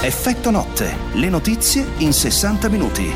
Effetto notte, le notizie in 60 minuti.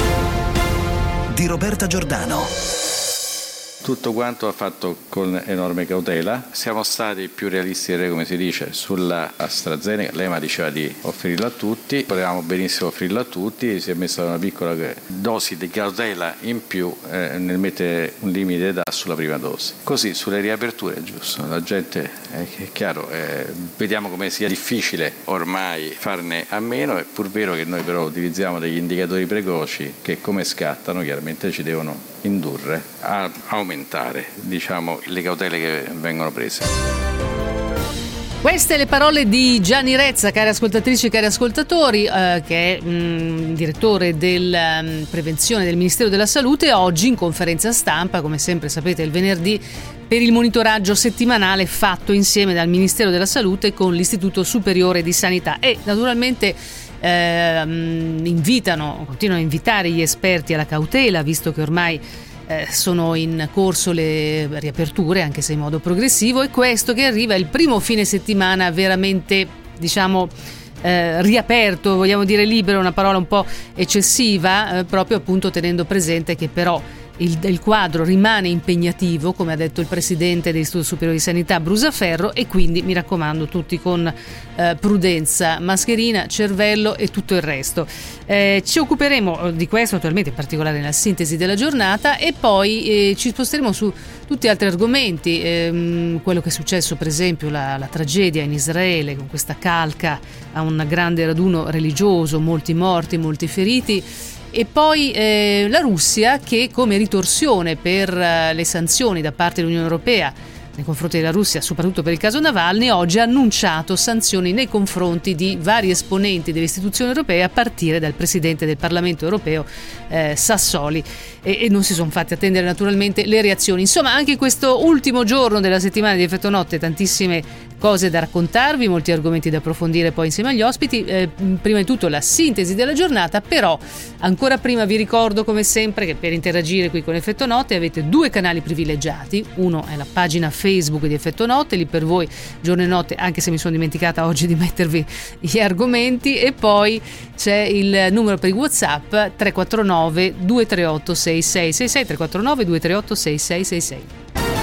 Di Roberta Giordano. Tutto quanto va fatto con enorme cautela. Siamo stati più realisti, come si dice, sulla AstraZeneca. L'EMA diceva di offrirla a tutti, potevamo benissimo offrirla a tutti, si è messa una piccola dose di cautela in più nel mettere un limite d'età sulla prima dose. Così sulle riaperture è giusto, la gente è chiaro, vediamo come sia difficile ormai farne a meno, è pur vero che noi però utilizziamo degli indicatori precoci che come scattano chiaramente ci devono indurre a aumentare, le cautele che vengono prese. Queste le parole di Gianni Rezza, cari ascoltatrici e cari ascoltatori, che è direttore della prevenzione del Ministero della Salute, oggi in conferenza stampa, come sempre sapete il venerdì, per il monitoraggio settimanale fatto insieme dal Ministero della Salute con l'Istituto Superiore di Sanità e naturalmente continuano a invitare gli esperti alla cautela, visto che ormai sono in corso le riaperture, anche se in modo progressivo, e questo che arriva è il primo fine settimana veramente, riaperto, vogliamo dire libero, una parola un po' eccessiva, proprio appunto tenendo presente che però il quadro rimane impegnativo, come ha detto il presidente dell'Istituto Superiore di Sanità Brusaferro, e quindi mi raccomando tutti con prudenza, mascherina, cervello e tutto il resto. Ci occuperemo di questo naturalmente, in particolare nella sintesi della giornata, e poi ci sposteremo su tutti altri argomenti, quello che è successo per esempio la tragedia in Israele con questa calca a un grande raduno religioso, molti morti, molti feriti. E poi la Russia che, come ritorsione per le sanzioni da parte dell'Unione Europea nei confronti della Russia, soprattutto per il caso Navalny, oggi ha annunciato sanzioni nei confronti di vari esponenti delle istituzioni europee, a partire dal Presidente del Parlamento Europeo Sassoli, e non si sono fatti attendere naturalmente le reazioni. Insomma, anche in questo ultimo giorno della settimana di Effetto Notte tantissime cose da raccontarvi, molti argomenti da approfondire poi insieme agli ospiti. Prima di tutto la sintesi della giornata, però ancora prima vi ricordo come sempre che per interagire qui con Effetto Notte avete due canali privilegiati. Uno è la pagina Facebook di Effetto Notte, lì per voi giorno e notte, anche se mi sono dimenticata oggi di mettervi gli argomenti, e poi c'è il numero per i WhatsApp 349 238 6666 349 238 6666.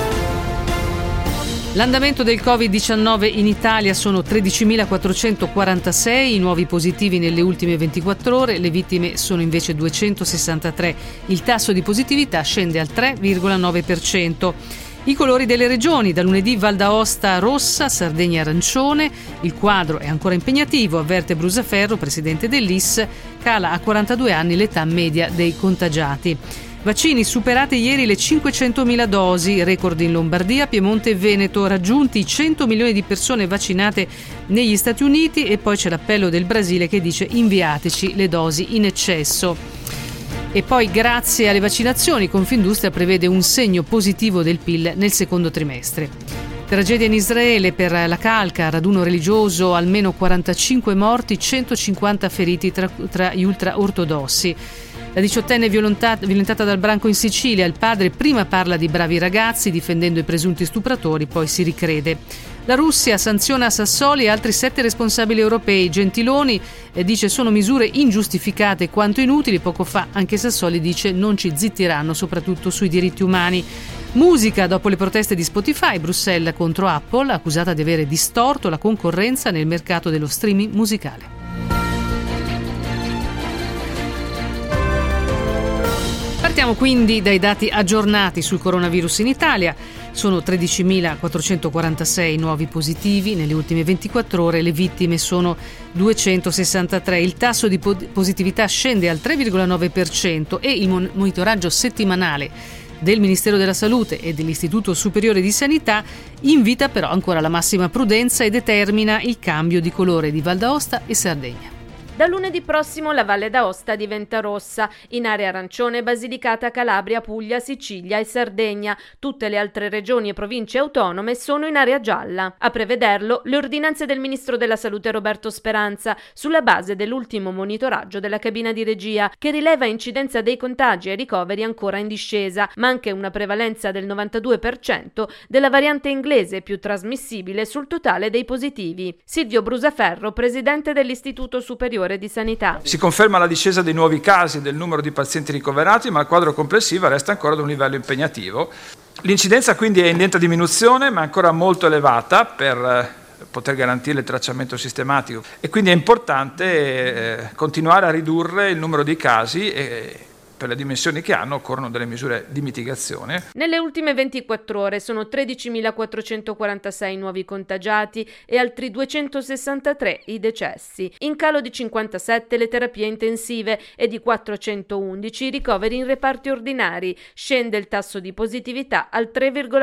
L'andamento del Covid-19 in Italia sono 13.446 i nuovi positivi nelle ultime 24 ore, le vittime sono invece 263. Il tasso di positività scende al 3,9%. I colori delle regioni: da lunedì Val d'Aosta rossa, Sardegna arancione. Il quadro è ancora impegnativo, avverte Brusaferro, presidente dell'IS, cala a 42 anni l'età media dei contagiati. Vaccini: superate ieri le 500.000 dosi, record in Lombardia, Piemonte e Veneto, raggiunti i 100 milioni di persone vaccinate negli Stati Uniti, e poi c'è l'appello del Brasile che dice inviateci le dosi in eccesso. E poi, grazie alle vaccinazioni, Confindustria prevede un segno positivo del PIL nel secondo trimestre. Tragedia in Israele per la calca, raduno religioso, almeno 45 morti, 150 feriti tra gli ultraortodossi. La 18enne violentata dal branco in Sicilia, il padre prima parla di bravi ragazzi difendendo i presunti stupratori, poi si ricrede. La Russia sanziona Sassoli e altri 7 responsabili europei. Gentiloni dice sono misure ingiustificate quanto inutili. Poco fa anche Sassoli dice non ci zittiranno, soprattutto sui diritti umani. Musica: dopo le proteste di Spotify, Bruxelles contro Apple, accusata di avere distorto la concorrenza nel mercato dello streaming musicale. Partiamo quindi dai dati aggiornati sul coronavirus in Italia. Sono 13.446 nuovi positivi nelle ultime 24 ore, le vittime sono 263. Il tasso di positività scende al 3,9% e il monitoraggio settimanale del Ministero della Salute e dell'Istituto Superiore di Sanità invita però ancora la massima prudenza e determina il cambio di colore di Val d'Aosta e Sardegna. Da lunedì prossimo la Valle d'Aosta diventa rossa, in area arancione Basilicata, Calabria, Puglia, Sicilia e Sardegna. Tutte le altre regioni e province autonome sono in area gialla. A prevederlo le ordinanze del ministro della Salute Roberto Speranza, sulla base dell'ultimo monitoraggio della cabina di regia, che rileva incidenza dei contagi e ricoveri ancora in discesa, ma anche una prevalenza del 92% della variante inglese più trasmissibile sul totale dei positivi. Silvio Brusaferro, presidente dell'Istituto Superiore di Sanità. Si conferma la discesa dei nuovi casi e del numero di pazienti ricoverati, ma il quadro complessivo resta ancora ad un livello impegnativo. L'incidenza quindi è in lenta diminuzione, ma ancora molto elevata per poter garantire il tracciamento sistematico, e quindi è importante continuare a ridurre il numero di casi e per le dimensioni che hanno occorrono delle misure di mitigazione. Nelle ultime 24 ore sono 13.446 nuovi contagiati e altri 263 i decessi. In calo di 57 le terapie intensive e di 411 i ricoveri in reparti ordinari. Scende il tasso di positività al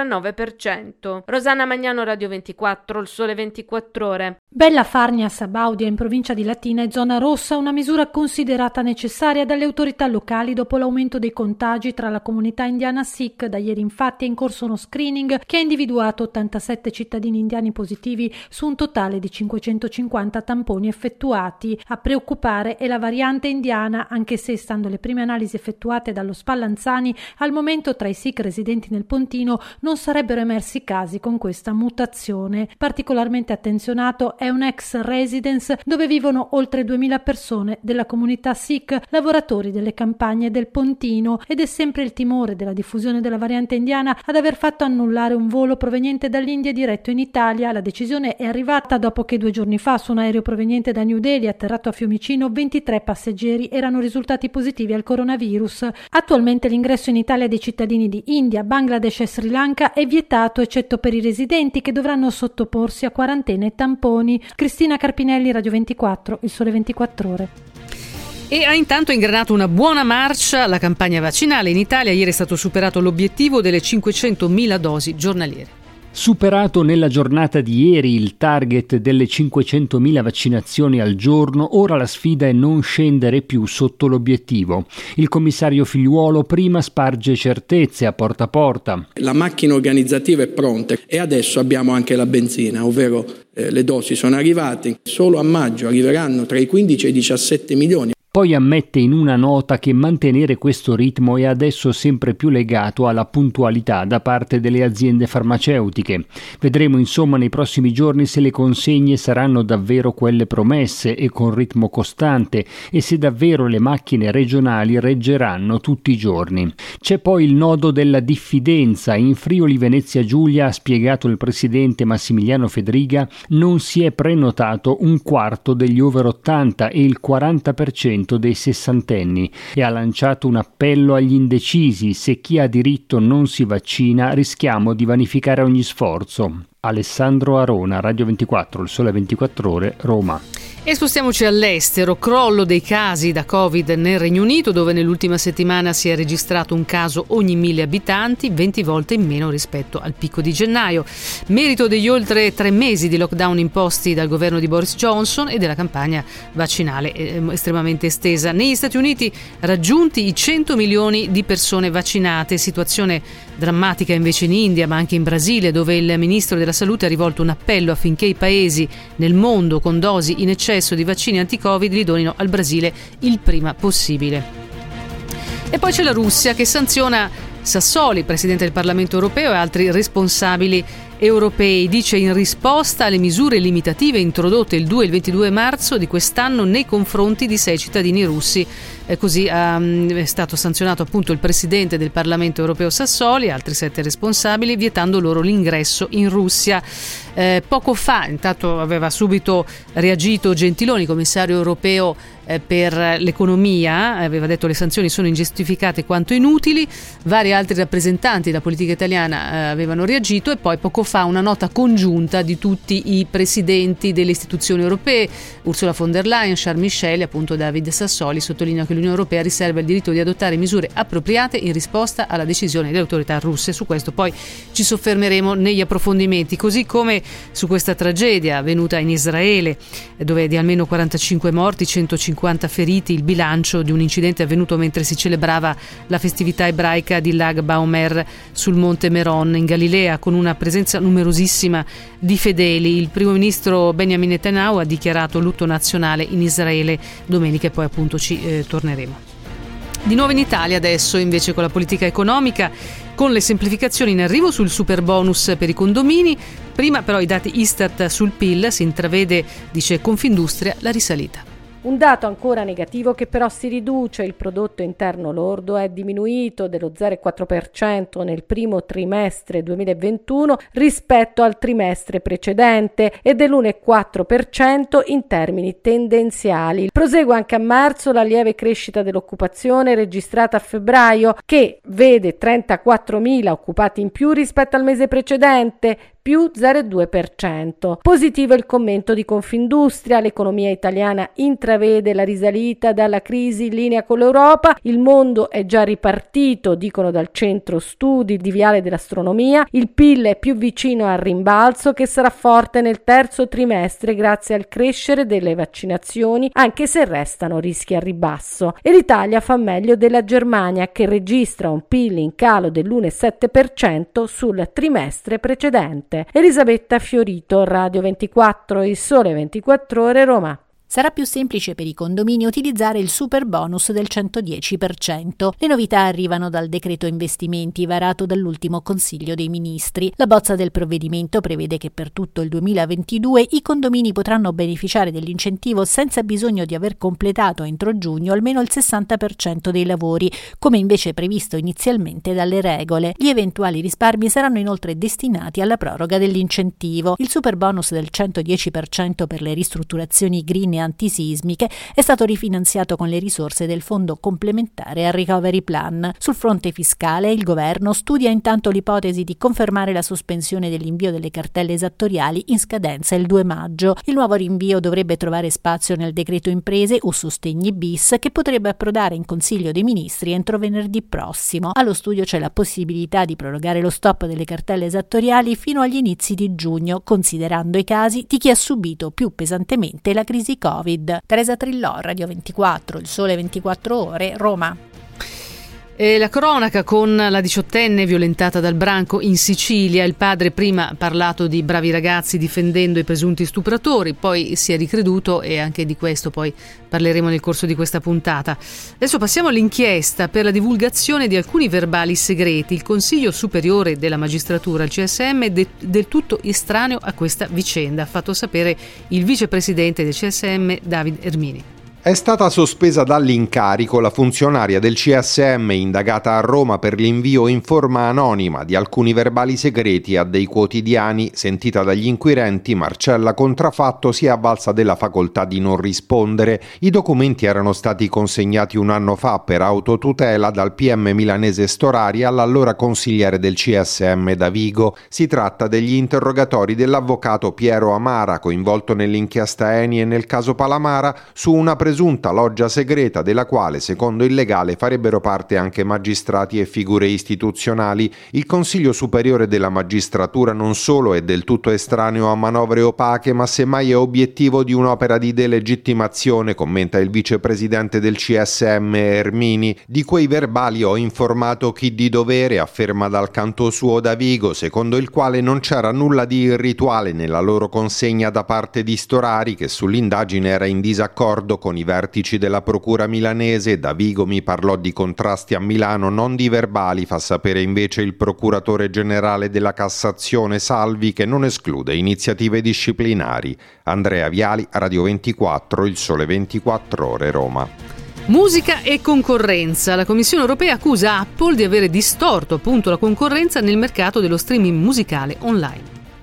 3,9%. Rosanna Magnano, Radio 24, Il Sole 24 Ore. Bella Farnia, Sabaudia, in provincia di Latina, è zona rossa, una misura considerata necessaria dalle autorità locali dopo l'aumento dei contagi tra la comunità indiana Sikh. Da ieri infatti è in corso uno screening che ha individuato 87 cittadini indiani positivi su un totale di 550 tamponi effettuati. A preoccupare è la variante indiana, anche se, stando le prime analisi effettuate dallo Spallanzani, al momento tra i Sikh residenti nel Pontino non sarebbero emersi casi con questa mutazione. Particolarmente attenzionato è un ex residence dove vivono oltre 2000 persone della comunità Sikh, lavoratori delle campagne del Pontino, ed è sempre il timore della diffusione della variante indiana ad aver fatto annullare un volo proveniente dall'India diretto in Italia. La decisione è arrivata dopo che 2 giorni fa su un aereo proveniente da New Delhi atterrato a Fiumicino 23 passeggeri erano risultati positivi al coronavirus. Attualmente l'ingresso in Italia dei cittadini di India, Bangladesh e Sri Lanka è vietato eccetto per i residenti, che dovranno sottoporsi a quarantena e tamponi. Cristina Carpinelli, Radio 24, Il Sole 24 Ore. E ha intanto ingranato una buona marcia la campagna vaccinale. In Italia ieri è stato superato l'obiettivo delle 500.000 dosi giornaliere. Superato nella giornata di ieri il target delle 500.000 vaccinazioni al giorno, ora la sfida è non scendere più sotto l'obiettivo. Il commissario Figliuolo prima sparge certezze a porta. La macchina organizzativa è pronta e adesso abbiamo anche la benzina, ovvero le dosi sono arrivate. Solo a maggio arriveranno tra i 15 e i 17 milioni. Poi ammette in una nota che mantenere questo ritmo è adesso sempre più legato alla puntualità da parte delle aziende farmaceutiche. Vedremo insomma nei prossimi giorni se le consegne saranno davvero quelle promesse e con ritmo costante, e se davvero le macchine regionali reggeranno tutti i giorni. C'è poi il nodo della diffidenza. In Friuli Venezia Giulia, ha spiegato il presidente Massimiliano Fedriga, non si è prenotato un quarto degli over 80 e il 40% dei sessantenni, e ha lanciato un appello agli indecisi: se chi ha diritto non si vaccina rischiamo di vanificare ogni sforzo. Alessandro Arona, Radio 24, Il Sole 24 Ore, Roma. E spostiamoci all'estero. Crollo dei casi da Covid nel Regno Unito, dove nell'ultima settimana si è registrato un caso ogni 1000 abitanti, 20 volte in meno rispetto al picco di gennaio. Merito degli oltre 3 mesi di lockdown imposti dal governo di Boris Johnson e della campagna vaccinale estremamente estesa. Negli Stati Uniti raggiunti i 100 milioni di persone vaccinate. Situazione drammatica invece in India, ma anche in Brasile, dove il ministro della Salute ha rivolto un appello affinché i paesi nel mondo con dosi in eccesso di vaccini anti-Covid li donino al Brasile il prima possibile. E poi c'è la Russia, che sanziona Sassoli, presidente del Parlamento europeo, e altri responsabili europei. Dice: in risposta alle misure limitative introdotte il 2 e il 22 marzo di quest'anno nei confronti di 6 cittadini russi. Così è stato sanzionato appunto il presidente del Parlamento europeo Sassoli e altri 7 responsabili, vietando loro l'ingresso in Russia. Poco fa, intanto, aveva subito reagito Gentiloni, commissario europeo per l'economia, aveva detto le sanzioni sono ingiustificate quanto inutili. Vari altri rappresentanti della politica italiana avevano reagito, e poi poco fa una nota congiunta di tutti i presidenti delle istituzioni europee, Ursula von der Leyen, Charles Michel e appunto David Sassoli, sottolinea che l'Unione Europea riserva il diritto di adottare misure appropriate in risposta alla decisione delle autorità russe. Su questo poi ci soffermeremo negli approfondimenti, così come su questa tragedia avvenuta in Israele, dove di almeno 45 morti, 150 feriti, il bilancio di un incidente avvenuto mentre si celebrava la festività ebraica di Lag BaOmer sul monte Meron in Galilea, con una presenza numerosissima di fedeli. Il primo ministro Benjamin Netanyahu ha dichiarato lutto nazionale in Israele domenica, e poi appunto ci torneremo. Di nuovo in Italia adesso, invece, con la politica economica, con le semplificazioni in arrivo sul super bonus per i condomini. Prima però i dati Istat sul PIL, si intravede, dice Confindustria, la risalita. Un dato ancora negativo che però si riduce: il prodotto interno lordo è diminuito dello 0,4% nel primo trimestre 2021 rispetto al trimestre precedente e dell'1,4% in termini tendenziali. Prosegue anche a marzo la lieve crescita dell'occupazione registrata a febbraio, che vede 34.000 occupati in più rispetto al mese precedente, più 0,2%. Positivo il commento di Confindustria: l'economia italiana intravede la risalita dalla crisi in linea con l'Europa, il mondo è già ripartito, dicono dal centro studi di Viale dell'Astronomia, il PIL è più vicino al rimbalzo, che sarà forte nel terzo trimestre grazie al crescere delle vaccinazioni, anche se restano rischi a ribasso. E l'Italia fa meglio della Germania, che registra un PIL in calo dell'1,7% sul trimestre precedente. Elisabetta Fiorito, Radio 24, Il Sole 24 Ore, Roma. Sarà più semplice per i condomini utilizzare il super bonus del 110%. Le novità arrivano dal decreto investimenti varato dall'ultimo Consiglio dei Ministri. La bozza del provvedimento prevede che per tutto il 2022 i condomini potranno beneficiare dell'incentivo senza bisogno di aver completato entro giugno almeno il 60% dei lavori, come invece previsto inizialmente dalle regole. Gli eventuali risparmi saranno inoltre destinati alla proroga dell'incentivo. Il super bonus del 110% per le ristrutturazioni green antisismiche è stato rifinanziato con le risorse del fondo complementare al Recovery Plan. Sul fronte fiscale il governo studia intanto l'ipotesi di confermare la sospensione dell'invio delle cartelle esattoriali in scadenza il 2 maggio. Il nuovo rinvio dovrebbe trovare spazio nel decreto imprese o sostegni bis, che potrebbe approdare in Consiglio dei Ministri entro venerdì prossimo. Allo studio c'è la possibilità di prorogare lo stop delle cartelle esattoriali fino agli inizi di giugno, considerando i casi di chi ha subito più pesantemente la crisi Covid. Teresa Trillò, Radio 24, Il Sole 24 Ore, Roma. E la cronaca con la 18enne violentata dal branco in Sicilia. Il padre prima ha parlato di bravi ragazzi difendendo i presunti stupratori, poi si è ricreduto, e anche di questo poi parleremo nel corso di questa puntata. Adesso passiamo all'inchiesta per la divulgazione di alcuni verbali segreti. Il Consiglio Superiore della Magistratura, il CSM, del tutto estraneo a questa vicenda, ha fatto sapere il vicepresidente del CSM David Ermini. È stata sospesa dall'incarico la funzionaria del CSM indagata a Roma per l'invio in forma anonima di alcuni verbali segreti a dei quotidiani. Sentita dagli inquirenti, Marcella Contrafatto si è avvalsa della facoltà di non rispondere. I documenti erano stati consegnati un anno fa per autotutela dal PM milanese Storari all'allora consigliere del CSM Davigo. Si tratta degli interrogatori dell'avvocato Piero Amara, coinvolto nell'inchiesta Eni e nel caso Palamara, su una presunta loggia segreta della quale, secondo il legale, farebbero parte anche magistrati e figure istituzionali. Il Consiglio Superiore della Magistratura non solo è del tutto estraneo a manovre opache, ma semmai è obiettivo di un'opera di delegittimazione, commenta il vicepresidente del CSM Ermini. Di quei verbali ho informato chi di dovere, afferma dal canto suo Davigo, secondo il quale non c'era nulla di irrituale nella loro consegna da parte di Storari, che sull'indagine era in disaccordo con i vertici della procura milanese. Davigo mi parlò di contrasti a Milano, non di verbali, fa sapere invece il procuratore generale della Cassazione Salvi, che non esclude iniziative disciplinari. Andrea Viali, Radio 24, Il Sole 24 Ore, Roma. Musica e concorrenza. La Commissione europea accusa Apple di avere distorto appunto la concorrenza nel mercato dello streaming musicale online.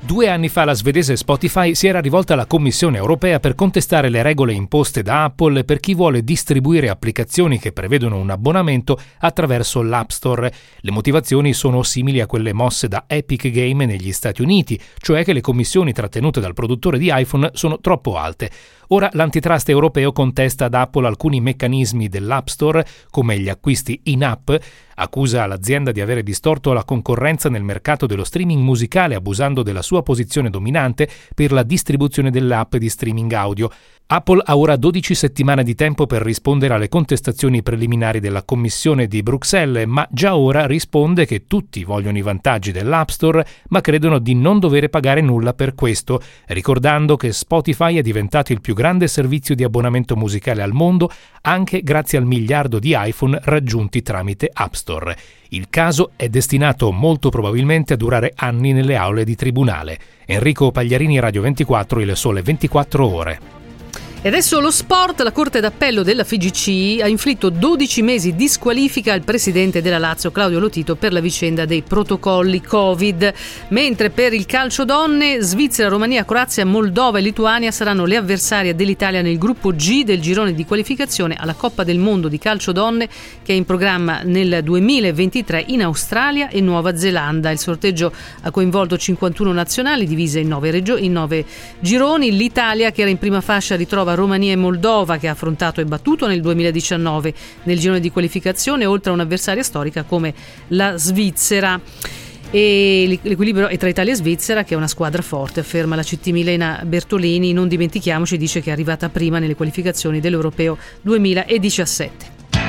2 anni fa la svedese Spotify si era rivolta alla Commissione europea per contestare le regole imposte da Apple per chi vuole distribuire applicazioni che prevedono un abbonamento attraverso l'App Store. Le motivazioni sono simili a quelle mosse da Epic Game negli Stati Uniti, cioè che le commissioni trattenute dal produttore di iPhone sono troppo alte. Ora l'antitrust europeo contesta ad Apple alcuni meccanismi dell'App Store, come gli acquisti in-app, accusa l'azienda di avere distorto la concorrenza nel mercato dello streaming musicale abusando della sua posizione dominante per la distribuzione delle app di streaming audio. Apple ha ora 12 settimane di tempo per rispondere alle contestazioni preliminari della Commissione di Bruxelles, ma già ora risponde che tutti vogliono i vantaggi dell'App Store, ma credono di non dover pagare nulla per questo, ricordando che Spotify è diventato il più grande servizio di abbonamento musicale al mondo, anche grazie al miliardo di iPhone raggiunti tramite App Store. Il caso è destinato molto probabilmente a durare anni nelle aule di tribunale. Enrico Pagliarini, Radio 24, Il Sole 24 Ore. E adesso lo sport. La Corte d'Appello della FIGC ha inflitto 12 mesi di squalifica al presidente della Lazio Claudio Lotito per la vicenda dei protocolli Covid, mentre per il calcio donne Svizzera, Romania, Croazia, Moldova e Lituania saranno le avversarie dell'Italia nel gruppo G del girone di qualificazione alla Coppa del Mondo di calcio donne che è in programma nel 2023 in Australia e Nuova Zelanda. Il sorteggio ha coinvolto 51 nazionali divise in 9 gironi. L'Italia, che era in prima fascia, ritrova Romania e Moldova, che ha affrontato e battuto nel 2019 nel girone di qualificazione, oltre a un'avversaria storica come la Svizzera. E l'equilibrio è tra Italia e Svizzera, che è una squadra forte, afferma la CT Milena Bertolini. Non dimentichiamoci, dice, che è arrivata prima nelle qualificazioni dell'Europeo 2017.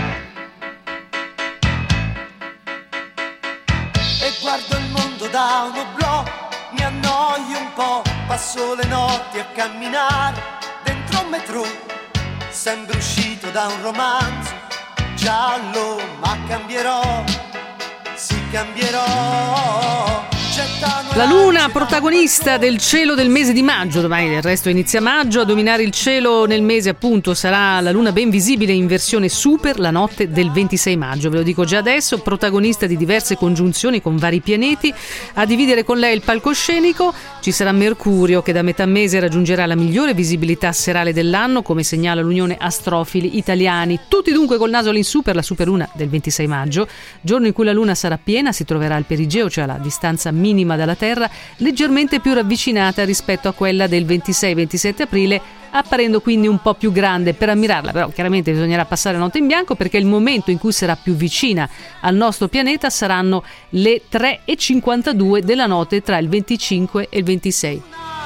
E guardo il mondo da un oblò, mi annoio un po', passo le notti a camminare dentro un metro, sembra uscito da un romanzo giallo, ma cambierò, sì cambierò. La luna, protagonista del cielo del mese di maggio, domani del resto inizia maggio. A dominare il cielo nel mese appunto sarà la luna ben visibile in versione super la notte del 26 maggio, ve lo dico già adesso, protagonista di diverse congiunzioni con vari pianeti. A dividere con lei il palcoscenico ci sarà Mercurio, che da metà mese raggiungerà la migliore visibilità serale dell'anno, come segnala l'Unione Astrofili Italiani. Tutti dunque col naso all'insù per la superluna del 26 maggio, giorno in cui la luna sarà piena, si troverà al perigeo, cioè alla distanza minima dalla Terra, leggermente più ravvicinata rispetto a quella del 26-27 aprile, apparendo quindi un po' più grande. Per ammirarla però chiaramente bisognerà passare la notte in bianco, perché il momento in cui sarà più vicina al nostro pianeta saranno le 3:52 della notte tra il 25 e il 26.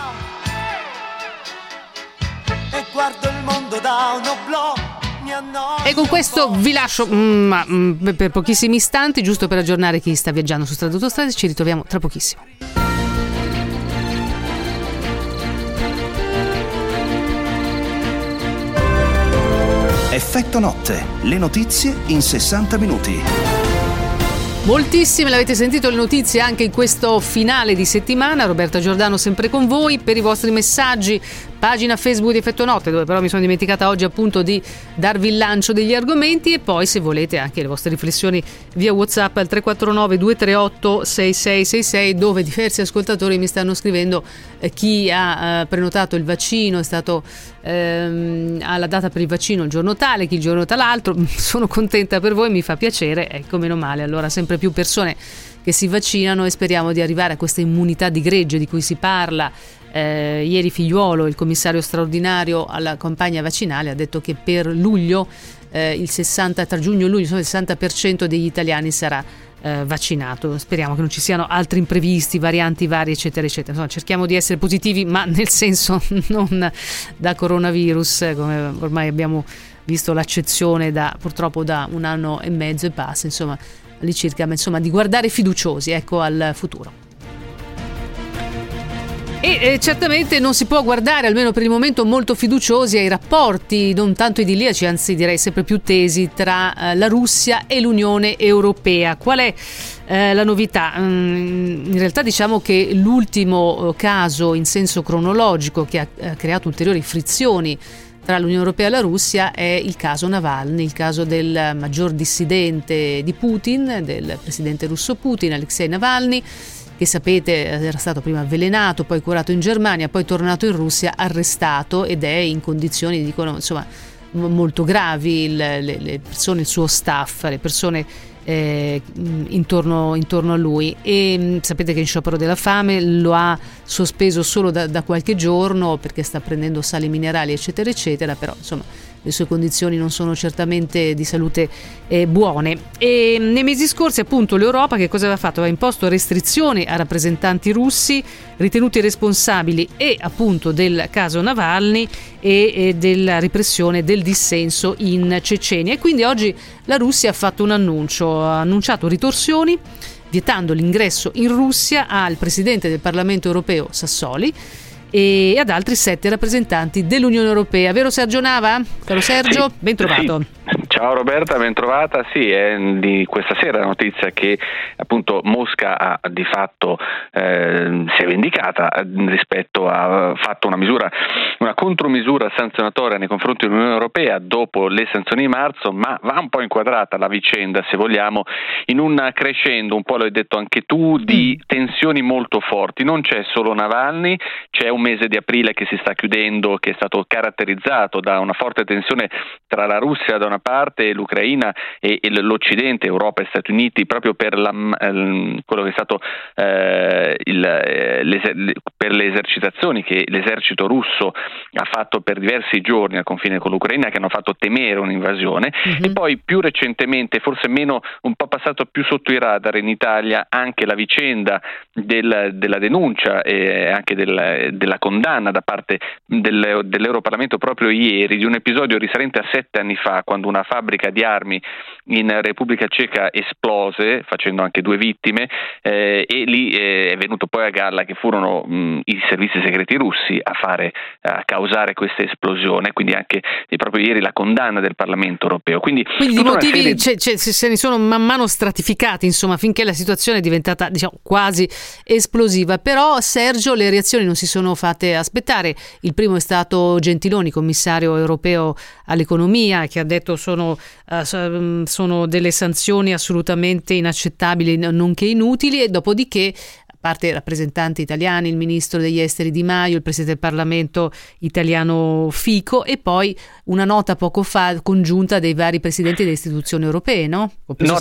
E guardo il mondo da un oblò. E con questo vi lascio per pochissimi istanti, giusto per aggiornare chi sta viaggiando su strade e autostrade. Ci ritroviamo tra pochissimo. Effetto notte, le notizie in 60 minuti. Moltissime, l'avete sentito le notizie anche in questo finale di settimana. Roberta Giordano sempre con voi per i vostri messaggi. Pagina Facebook di Effetto Notte, dove però mi sono dimenticata oggi appunto di darvi il lancio degli argomenti, e poi se volete anche le vostre riflessioni via WhatsApp al 349 238 6666, dove diversi ascoltatori mi stanno scrivendo chi ha prenotato il vaccino è stato alla data per il vaccino il giorno tale, chi il giorno tal'altro. Sono contenta per voi, mi fa piacere, ecco, meno male. Allora sempre più persone che si vaccinano e speriamo di arrivare a questa immunità di gregge di cui si parla. Ieri Figliuolo, il commissario straordinario alla campagna vaccinale, ha detto che per luglio tra giugno e luglio il 60% degli italiani sarà vaccinato. Speriamo che non ci siano altri imprevisti, varianti varie eccetera eccetera. Insomma, cerchiamo di essere positivi, ma nel senso non da coronavirus, come ormai abbiamo visto l'accezione purtroppo da 1 anno e mezzo e passa, insomma all'incirca, ma insomma di guardare fiduciosi, ecco, al futuro. E certamente non si può guardare, almeno per il momento, molto fiduciosi ai rapporti non tanto idilliaci, anzi direi sempre più tesi, tra la Russia e l'Unione Europea. Qual è la novità? In realtà diciamo che l'ultimo caso in senso cronologico che ha creato ulteriori frizioni tra l'Unione Europea e la Russia è il caso Navalny, il caso del maggior dissidente di Putin, del presidente russo Putin, Alexei Navalny, che sapete era stato prima avvelenato, poi curato in Germania, poi tornato in Russia, arrestato ed è in condizioni, dicono, insomma, molto gravi. Le persone, il suo staff, le persone intorno a lui, e sapete che in sciopero della fame lo ha sospeso solo da qualche giorno perché sta prendendo sali minerali eccetera eccetera, però insomma le sue condizioni non sono certamente di salute buone. E nei mesi scorsi appunto l'Europa che cosa aveva fatto? Aveva imposto restrizioni a rappresentanti russi ritenuti responsabili e appunto del caso Navalny e della repressione del dissenso in Cecenia, e quindi oggi la Russia ha fatto un annuncio, ha annunciato ritorsioni vietando l'ingresso in Russia al presidente del Parlamento europeo Sassoli e ad altri 7 rappresentanti dell'Unione Europea. Vero Sergio Nava? Caro Sergio, sì, ben trovato. Sì. Ciao Roberta, ben trovata. Sì, è di questa sera la notizia che appunto Mosca ha di fatto si è vendicata rispetto a fatto una contromisura sanzionatoria nei confronti dell'Unione Europea dopo le sanzioni di marzo, ma va un po' inquadrata la vicenda, se vogliamo, in un crescendo, un po' l'hai detto anche tu, di tensioni molto forti. Non c'è solo Navalny, c'è un mese di aprile che si sta chiudendo, che è stato caratterizzato da una forte tensione tra la Russia da una parte e l'Ucraina e l'Occidente, Europa e Stati Uniti, proprio per quello che è stato per le esercitazioni che l'esercito russo ha fatto per diversi giorni al confine con l'Ucraina, che hanno fatto temere un'invasione. E poi più recentemente, forse meno, un po' passato più sotto i radar in Italia, anche la vicenda della denuncia e anche della condanna da parte dell'Europarlamento proprio ieri di un episodio risalente a 7 anni fa, quando una fabbrica di armi in Repubblica Ceca esplose, facendo anche 2 vittime, e lì è venuto poi a galla che furono i servizi segreti russi a causare questa esplosione, quindi anche proprio ieri la condanna del Parlamento europeo. Quindi i motivi se ne sono man mano stratificati, insomma, finché la situazione è diventata, diciamo, quasi esplosiva. Però Sergio, le reazioni non si sono fatte aspettare. Il primo è stato Gentiloni, commissario europeo all'economia, che ha detto sono delle sanzioni assolutamente inaccettabili, nonché inutili, e dopodiché, a parte i rappresentanti italiani, il ministro degli esteri Di Maio, il presidente del Parlamento italiano Fico, e poi una nota poco fa congiunta dei vari presidenti delle istituzioni europee, no?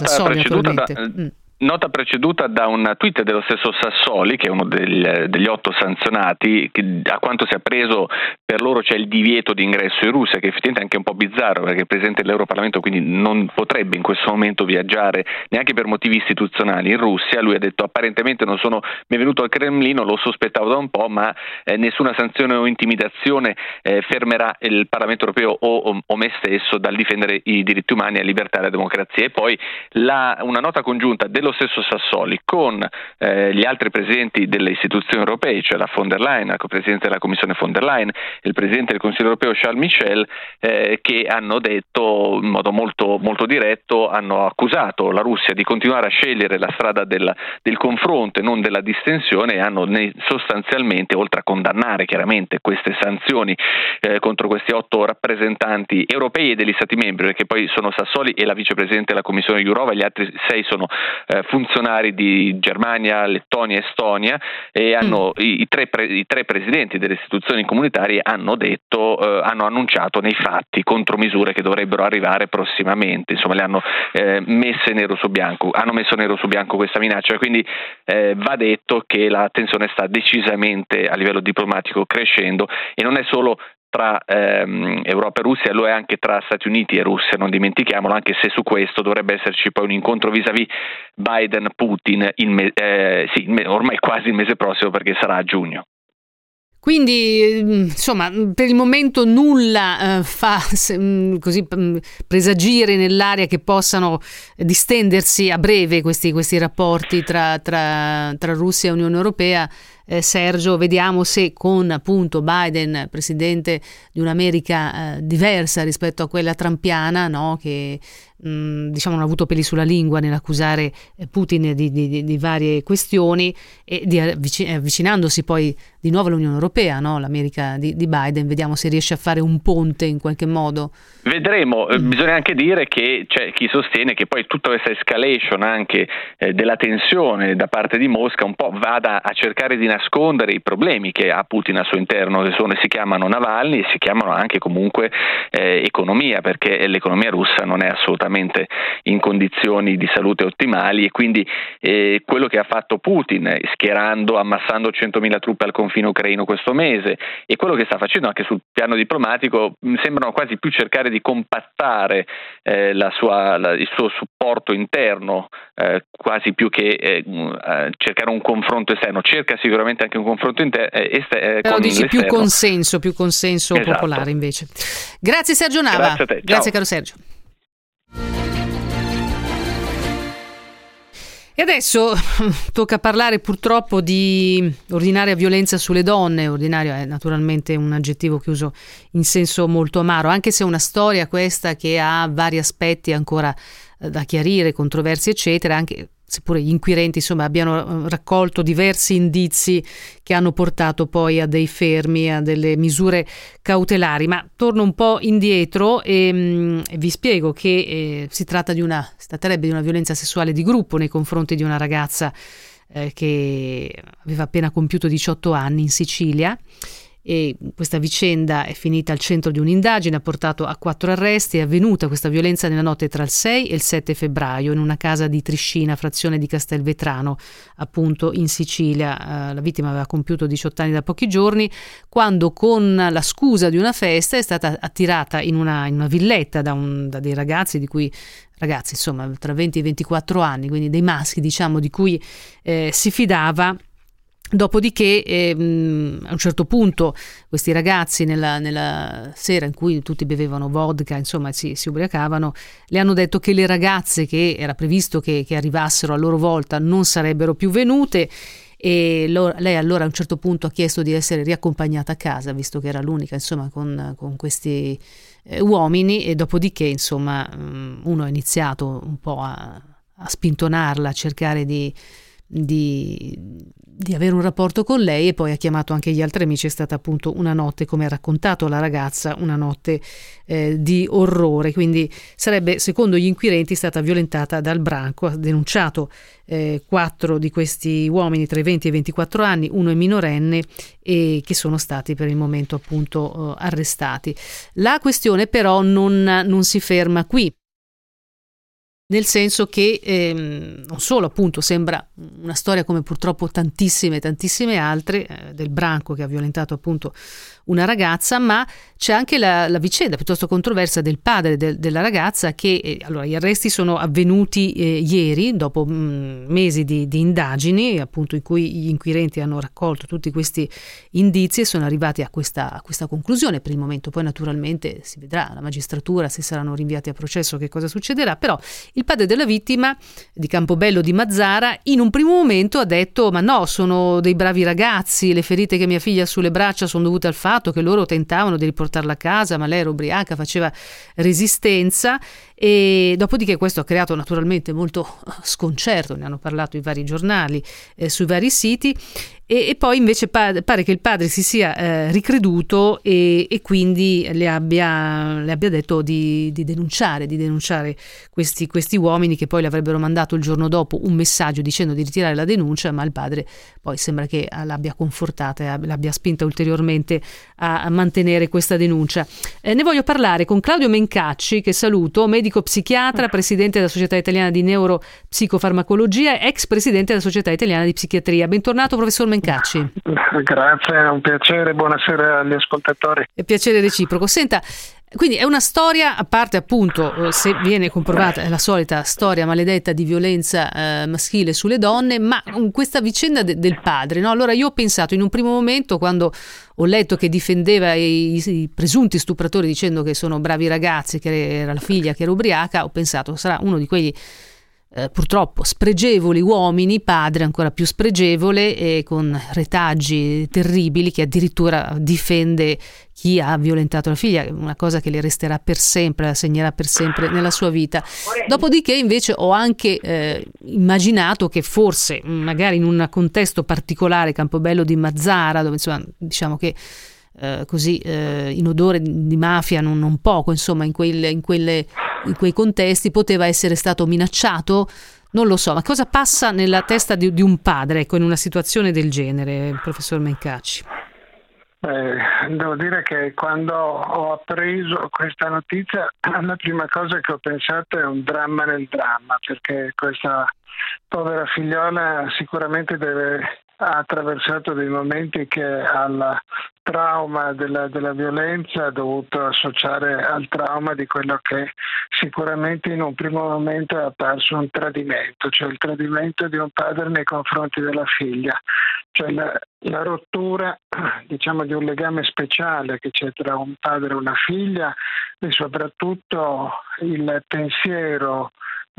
Nota preceduta da un tweet dello stesso Sassoli, che è uno degli 8 sanzionati, che a quanto si è appreso per loro c'è il divieto di ingresso in Russia, che effettivamente è anche un po' bizzarro perché il Presidente dell'Europarlamento quindi non potrebbe in questo momento viaggiare neanche per motivi istituzionali in Russia. Lui ha detto apparentemente non sono venuto al Cremlino, lo sospettavo da un po', ma nessuna sanzione o intimidazione fermerà il Parlamento europeo o me stesso dal difendere i diritti umani, la libertà e la democrazia. E poi una nota congiunta dello stesso Sassoli con gli altri presidenti delle istituzioni europee, cioè la von der Leyen, la Presidente della Commissione von der Leyen, il Presidente del Consiglio europeo Charles Michel, che hanno detto in modo molto, molto diretto, hanno accusato la Russia di continuare a scegliere la strada del confronto e non della distensione, e hanno sostanzialmente, oltre a condannare chiaramente queste sanzioni contro questi 8 rappresentanti europei e degli Stati membri, perché poi sono Sassoli e la Vicepresidente della Commissione Jourova, gli altri 6 sono funzionari di Germania, Lettonia e Estonia, e i tre presidenti delle istituzioni comunitarie hanno annunciato nei fatti contromisure che dovrebbero arrivare prossimamente. Insomma, le hanno messo nero su bianco questa minaccia, quindi va detto che la tensione sta decisamente a livello diplomatico crescendo, e non è solo tra Europa e Russia, lo è anche tra Stati Uniti e Russia, non dimentichiamolo, anche se su questo dovrebbe esserci poi un incontro vis-à-vis Biden-Putin ormai quasi il mese prossimo, perché sarà a giugno. Quindi, insomma, per il momento nulla fa così presagire nell'aria che possano distendersi a breve questi rapporti tra Russia e Unione Europea. Sergio, vediamo se con appunto Biden, presidente di un'America diversa rispetto a quella trumpiana, no? Che diciamo non ha avuto peli sulla lingua nell'accusare Putin di varie questioni e avvicinandosi poi di nuovo all'Unione Europea, no? L'America di Biden, vediamo se riesce a fare un ponte in qualche modo. Vedremo, bisogna anche dire che c'è chi sostiene che poi tutta questa escalation anche della tensione da parte di Mosca un po' vada a cercare di nascondere i problemi che ha Putin al suo interno, che si chiamano Navalny e si chiamano anche comunque economia, perché l'economia russa non è assolutamente in condizioni di salute ottimali e quindi quello che ha fatto Putin ammassando 100.000 truppe al confine ucraino questo mese e quello che sta facendo anche sul piano diplomatico sembrano quasi più cercare di compattare il suo supporto interno quasi più che cercare un confronto esterno. Cerca sicuramente anche un confronto esterno. Però dici più consenso esatto. Popolare invece. Grazie Sergio Nava. Grazie a te. Grazie caro Sergio. E adesso tocca parlare purtroppo di ordinaria violenza sulle donne. Ordinario è naturalmente un aggettivo che uso in senso molto amaro, anche se è una storia questa che ha vari aspetti ancora da chiarire, controversi eccetera, anche seppure gli inquirenti insomma abbiano raccolto diversi indizi che hanno portato poi a dei fermi, a delle misure cautelari. Ma torno un po' indietro e vi spiego che si tratterebbe di una violenza sessuale di gruppo nei confronti di una ragazza che aveva appena compiuto 18 anni in Sicilia. E questa vicenda è finita al centro di un'indagine, ha portato a 4 arresti. È avvenuta questa violenza nella notte tra il 6 e il 7 febbraio in una casa di Triscina, frazione di Castelvetrano, appunto in Sicilia. La vittima aveva compiuto 18 anni da pochi giorni, quando con la scusa di una festa è stata attirata in una villetta da dei ragazzi insomma tra 20 e 24 anni, quindi dei maschi diciamo di cui si fidava. Dopodiché a un certo punto questi ragazzi nella sera in cui tutti bevevano vodka, insomma si ubriacavano, le hanno detto che le ragazze che era previsto che arrivassero a loro volta non sarebbero più venute e lei allora a un certo punto ha chiesto di essere riaccompagnata a casa, visto che era l'unica insomma con questi uomini, e dopodiché insomma uno ha iniziato un po' a spintonarla, a cercare di avere un rapporto con lei, e poi ha chiamato anche gli altri amici. È stata appunto una notte, come ha raccontato la ragazza, una notte di orrore. Quindi sarebbe, secondo gli inquirenti, stata violentata dal branco. Ha denunciato 4 di questi uomini tra i 20 e i 24 anni, uno è minorenne, e che sono stati per il momento appunto arrestati. La questione però non si ferma qui, nel senso che non solo appunto sembra una storia come purtroppo tantissime altre del branco che ha violentato appunto una ragazza, ma c'è anche la vicenda piuttosto controversa del padre della ragazza, che allora gli arresti sono avvenuti ieri dopo mesi di indagini appunto in cui gli inquirenti hanno raccolto tutti questi indizi e sono arrivati a questa conclusione. Per il momento poi naturalmente si vedrà la magistratura se saranno rinviati a processo, che cosa succederà. Però il padre della vittima di Campobello di Mazzara in un primo momento ha detto: ma no, sono dei bravi ragazzi, le ferite che mia figlia ha sulle braccia sono dovute al fatto che loro tentavano di riportarla a casa, ma lei era ubriaca, faceva resistenza. E dopodiché questo ha creato naturalmente molto sconcerto, ne hanno parlato i vari giornali sui vari siti, e poi invece pare che il padre si sia ricreduto e quindi le abbia detto di denunciare questi uomini, che poi le avrebbero mandato il giorno dopo un messaggio dicendo di ritirare la denuncia, ma il padre poi sembra che l'abbia confortata e l'abbia spinta ulteriormente a mantenere questa denuncia. Ne voglio parlare con Claudio Mencacci, che saluto, medico psichiatra, presidente della Società Italiana di Neuropsicofarmacologia, ex presidente della Società Italiana di Psichiatria. Bentornato professor Mencacci. Grazie, è un piacere, buonasera agli ascoltatori. È piacere reciproco. Senta, quindi è una storia, a parte appunto se viene comprovata, è la solita storia maledetta di violenza maschile sulle donne, ma questa vicenda del padre, no? Allora io ho pensato in un primo momento, quando ho letto che difendeva i presunti stupratori dicendo che sono bravi ragazzi, che era la figlia che era ubriaca, ho pensato sarà uno di quegli purtroppo spregevoli uomini, padre ancora più spregevole e con retaggi terribili, che addirittura difende chi ha violentato la figlia, una cosa che le resterà per sempre, la segnerà per sempre nella sua vita. Dopodiché invece ho anche immaginato che forse magari in un contesto particolare, Campobello di Mazara, dove insomma diciamo che così in odore di mafia non poco, insomma in quei contesti poteva essere stato minacciato. Non lo so, ma cosa passa nella testa di un padre, ecco, in una situazione del genere, professor Mencacci? Devo dire che quando ho appreso questa notizia, la prima cosa che ho pensato è un dramma nel dramma, perché questa povera figliola sicuramente ha attraversato dei momenti che al trauma della violenza ha dovuto associare al trauma di quello che sicuramente in un primo momento è apparso un tradimento, cioè il tradimento di un padre nei confronti della figlia, cioè la rottura, diciamo, di un legame speciale che c'è tra un padre e una figlia, e soprattutto il pensiero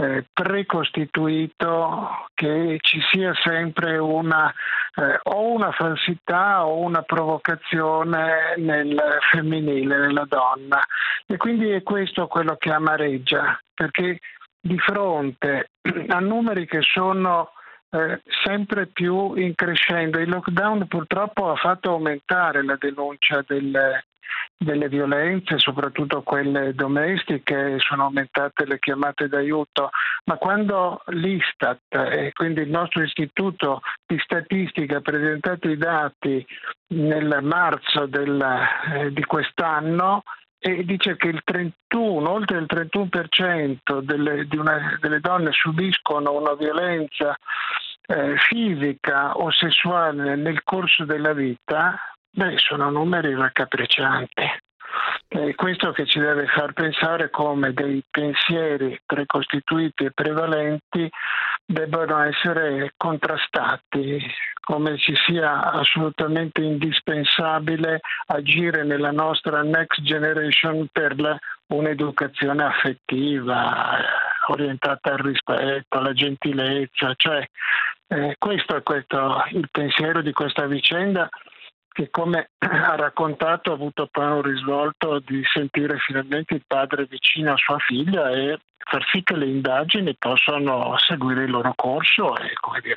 precostituito che ci sia sempre una falsità o una provocazione nel femminile, nella donna, e quindi è questo quello che amareggia, perché di fronte a numeri che sono sempre più in crescendo, il lockdown purtroppo ha fatto aumentare la denuncia delle violenze, soprattutto quelle domestiche, sono aumentate le chiamate d'aiuto, ma quando l'Istat, e quindi il nostro istituto di statistica, ha presentato i dati nel marzo di quest'anno, e dice che oltre il 31% delle donne subiscono una violenza fisica o sessuale nel corso della vita, sono numeri raccapriccianti. È questo che ci deve far pensare come dei pensieri precostituiti e prevalenti debbano essere contrastati, come ci sia assolutamente indispensabile agire nella nostra next generation per un'educazione affettiva, orientata al rispetto, alla gentilezza, cioè questo è il pensiero di questa vicenda, che, come ha raccontato, ha avuto poi un risvolto di sentire finalmente il padre vicino a sua figlia e far sì che le indagini possano seguire il loro corso e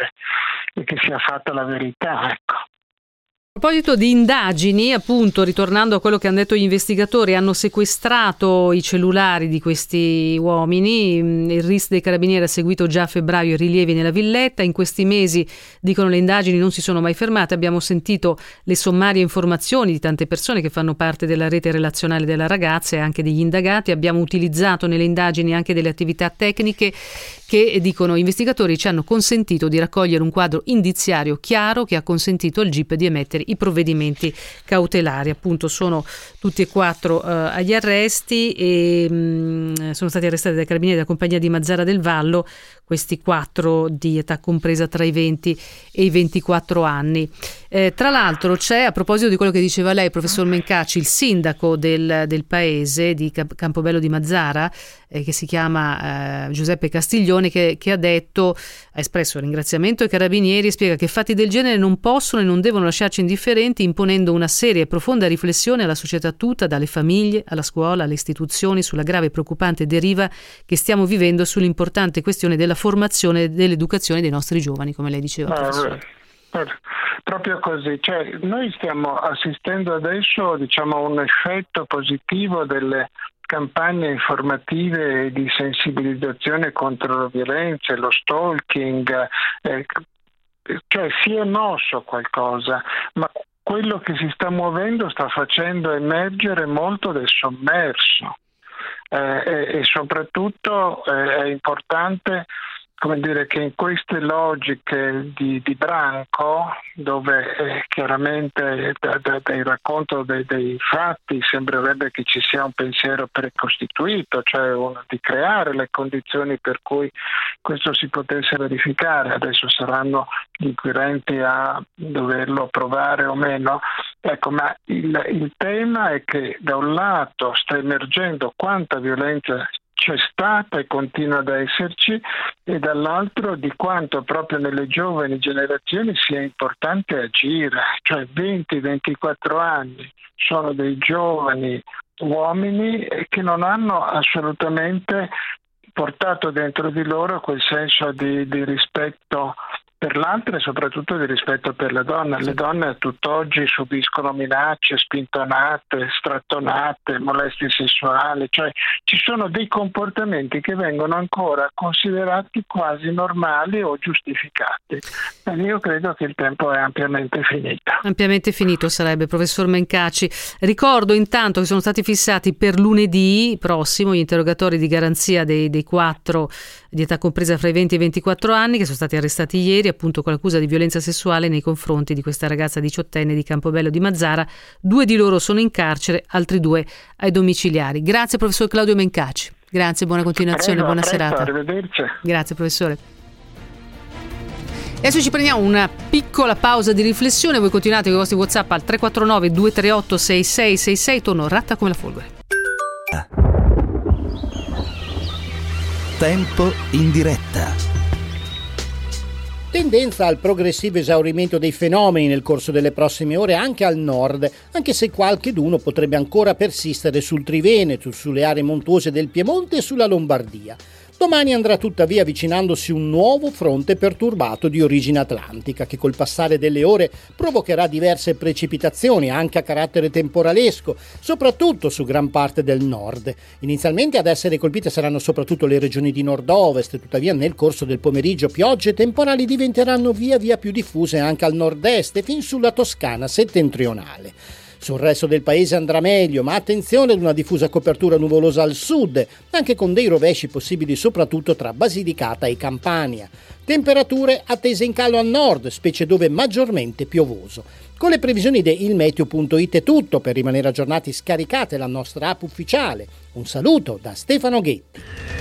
che sia fatta la verità, ecco. A proposito di indagini, appunto, ritornando a quello che hanno detto gli investigatori, hanno sequestrato i cellulari di questi uomini. Il RIS dei Carabinieri ha seguito già a febbraio i rilievi nella villetta. In questi mesi, dicono, le indagini non si sono mai fermate. Abbiamo sentito le sommarie informazioni di tante persone che fanno parte della rete relazionale della ragazza e anche degli indagati. Abbiamo utilizzato nelle indagini anche delle attività tecniche che, dicono, investigatori ci hanno consentito di raccogliere un quadro indiziario chiaro che ha consentito al GIP di emettere i provvedimenti cautelari. Appunto, sono tutti e quattro agli arresti e sono stati arrestati dai carabinieri della compagnia di Mazara del Vallo, questi quattro di età compresa tra i 20 e i 24 anni. Tra l'altro c'è, a proposito di quello che diceva lei, professor Mencacci, il sindaco del paese di Campobello di Mazara, che si chiama Giuseppe Castiglione, che ha espresso ringraziamento ai carabinieri e spiega che fatti del genere non possono e non devono lasciarci indifferenti, imponendo una seria e profonda riflessione alla società tutta, dalle famiglie alla scuola, alle istituzioni, sulla grave e preoccupante deriva che stiamo vivendo, sull'importante questione della formazione e dell'educazione dei nostri giovani, come lei diceva, professore. Proprio così, cioè noi stiamo assistendo adesso, diciamo, a un effetto positivo delle campagne informative di sensibilizzazione contro la violenza, lo stalking, cioè si è mosso qualcosa, ma quello che si sta muovendo sta facendo emergere molto del sommerso e soprattutto è importante, come dire, che in queste logiche di branco, dove chiaramente dai racconto dei fatti sembrerebbe che ci sia un pensiero precostituito, cioè di creare le condizioni per cui questo si potesse verificare. Adesso saranno gli inquirenti a doverlo provare o meno. Ecco, ma il tema è che da un lato sta emergendo quanta violenza c'è stata e continua ad esserci, e dall'altro di quanto proprio nelle giovani generazioni sia importante agire, cioè 20-24 anni sono dei giovani uomini che non hanno assolutamente portato dentro di loro quel senso di rispetto per l'altra e soprattutto di rispetto per la donna. Le donne a tutt'oggi subiscono minacce, spintonate, strattonate, molestie sessuali, cioè ci sono dei comportamenti che vengono ancora considerati quasi normali o giustificati. E io credo che il tempo è ampiamente finito. Ampiamente finito sarebbe, professor Mencaci. Ricordo intanto che sono stati fissati per lunedì prossimo gli interrogatori di garanzia dei 4 di età compresa fra i 20 e i 24 anni che sono stati arrestati ieri appunto con l'accusa di violenza sessuale nei confronti di questa ragazza 18enne di Campobello di Mazara. 2 di loro sono in carcere, altri 2 ai domiciliari. Grazie professor Claudio Mencaci. Grazie, buona continuazione, buona serata. Arrivederci. Grazie professore. Adesso ci prendiamo una piccola pausa di riflessione. Voi continuate con i vostri WhatsApp al 349 238 6666. Torno ratta come la folgore. Tempo in diretta. Tendenza al progressivo esaurimento dei fenomeni nel corso delle prossime ore anche al nord, anche se qualcheduno potrebbe ancora persistere sul Triveneto, sulle aree montuose del Piemonte e sulla Lombardia. Domani andrà tuttavia avvicinandosi un nuovo fronte perturbato di origine atlantica che col passare delle ore provocherà diverse precipitazioni anche a carattere temporalesco, soprattutto su gran parte del nord. Inizialmente ad essere colpite saranno soprattutto le regioni di nord-ovest, tuttavia nel corso del pomeriggio piogge temporali diventeranno via via più diffuse anche al nord-est e fin sulla Toscana settentrionale. Sul resto del paese andrà meglio, ma attenzione ad una diffusa copertura nuvolosa al sud, anche con dei rovesci possibili soprattutto tra Basilicata e Campania. Temperature attese in calo al nord, specie dove maggiormente piovoso. Con le previsioni di ilmeteo.it è tutto. Per rimanere aggiornati scaricate la nostra app ufficiale. Un saluto da Stefano Ghetti.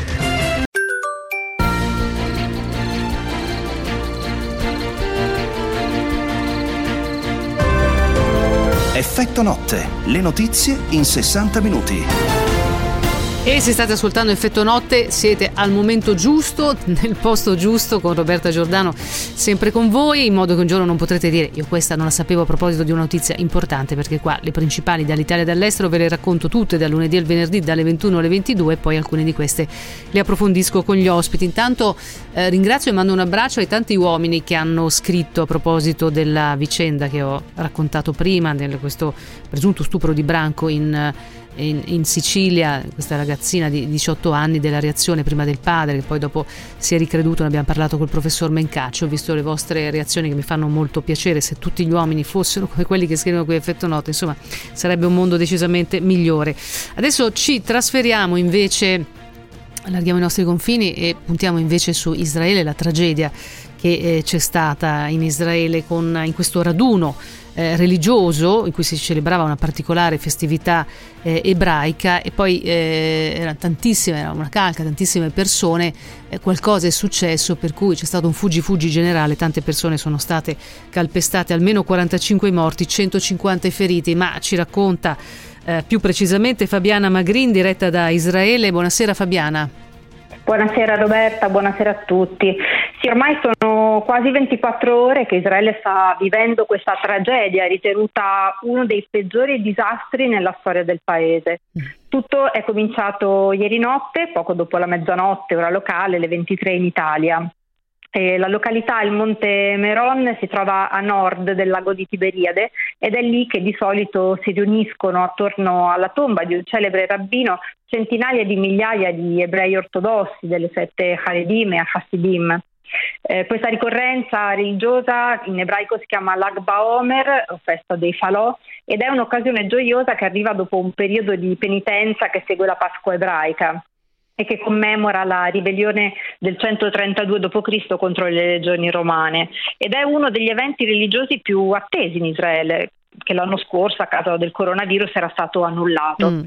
Effetto notte, le notizie in 60 minuti. E se state ascoltando Effetto Notte siete al momento giusto, nel posto giusto, con Roberta Giordano sempre con voi, in modo che un giorno non potrete dire io questa non la sapevo a proposito di una notizia importante, perché qua le principali dall'Italia e dall'estero ve le racconto tutte dal lunedì al venerdì dalle 21 alle 22 e poi alcune di queste le approfondisco con gli ospiti. Intanto ringrazio e mando un abbraccio ai tanti uomini che hanno scritto a proposito della vicenda che ho raccontato prima, di questo presunto stupro di branco in Sicilia, questa ragazzina di 18 anni, della reazione prima del padre che poi dopo si è ricreduto. Ne abbiamo parlato col professor Mencaci, ho visto le vostre reazioni che mi fanno molto piacere. Se tutti gli uomini fossero come quelli che scrivono qui Effetto Notte, insomma sarebbe un mondo decisamente migliore. Adesso ci trasferiamo invece, allarghiamo i nostri confini e puntiamo invece su Israele, la tragedia che c'è stata in Israele in questo raduno religioso in cui si celebrava una particolare festività ebraica e poi era una calca, tantissime persone, qualcosa è successo per cui c'è stato un fuggi generale, tante persone sono state calpestate, almeno 45 morti, 150 feriti, ma ci racconta più precisamente Fabiana Magrin, diretta da Israele. Buonasera Fabiana. Buonasera Roberta, buonasera a tutti. Sì, ormai sono quasi 24 ore che Israele sta vivendo questa tragedia ritenuta uno dei peggiori disastri nella storia del paese. Tutto è cominciato ieri notte, poco dopo la mezzanotte, ora locale, le 23 in Italia. La località, il Monte Meron, si trova a nord del lago di Tiberiade ed è lì che di solito si riuniscono attorno alla tomba di un celebre rabbino centinaia di migliaia di ebrei ortodossi delle sette Haredim e Hasidim. Questa ricorrenza religiosa in ebraico si chiama Lag BaOmer, o festa dei falò, ed è un'occasione gioiosa che arriva dopo un periodo di penitenza che segue la Pasqua ebraica e che commemora la ribellione del 132 d.C. contro le legioni romane, ed è uno degli eventi religiosi più attesi in Israele, che l'anno scorso a causa del coronavirus era stato annullato.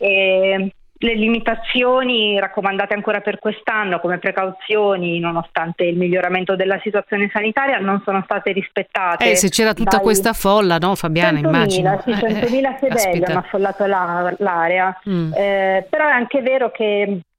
Le limitazioni raccomandate ancora per quest'anno come precauzioni, nonostante il miglioramento della situazione sanitaria, non sono state rispettate. Se c'era tutta questa folla, no Fabiana, 100.000, immagino. Sì, 100.000 sedili hanno affollato l'area. Però è anche vero che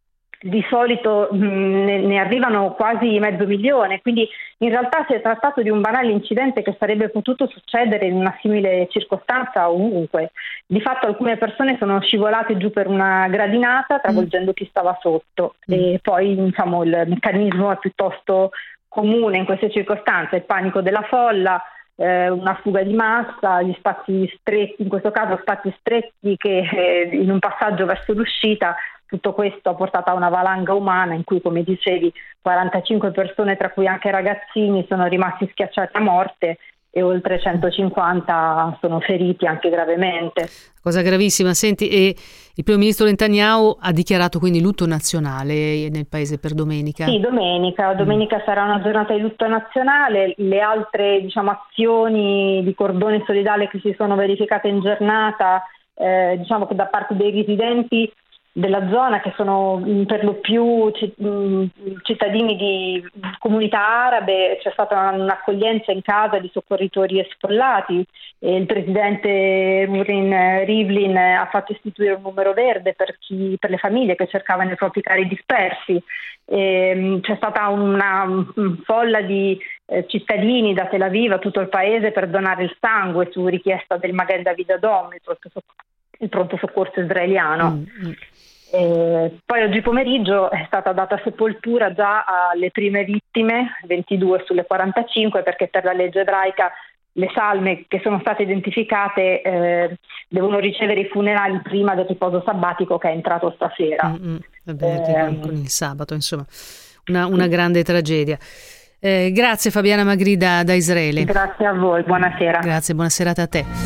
di solito ne arrivano quasi 500.000, quindi in realtà si è trattato di un banale incidente che sarebbe potuto succedere in una simile circostanza ovunque. Di fatto alcune persone sono scivolate giù per una gradinata travolgendo chi stava sotto e poi diciamo il meccanismo è piuttosto comune in queste circostanze, il panico della folla, una fuga di massa, gli spazi stretti, in questo caso spazi stretti che in un passaggio verso l'uscita. Tutto questo ha portato a una valanga umana in cui, come dicevi, 45 persone, tra cui anche ragazzini, sono rimasti schiacciati a morte e oltre 150 sono feriti anche gravemente. Cosa gravissima. Senti, e il primo ministro Netanyahu ha dichiarato quindi lutto nazionale nel paese per domenica? Sì, domenica sarà una giornata di lutto nazionale. Le altre azioni di cordone solidale che si sono verificate in giornata, diciamo che da parte dei residenti della zona, che sono per lo più cittadini di comunità arabe, c'è stata un'accoglienza in casa di soccorritori e sfollati e il presidente Reuven Rivlin ha fatto istituire un numero verde per le famiglie che cercavano i propri cari dispersi. C'è stata una folla di cittadini da Tel Aviv a tutto il paese per donare il sangue su richiesta del Magen David Adom, il pronto soccorso israeliano. Poi oggi pomeriggio è stata data sepoltura già alle prime vittime, 22 sulle 45, perché per la legge ebraica le salme che sono state identificate devono ricevere i funerali prima del riposo sabbatico che è entrato stasera. Con il sabato, insomma, una grande tragedia. Grazie Fabiana Magri da Israele. Grazie a voi, buonasera. Grazie, buona serata a te.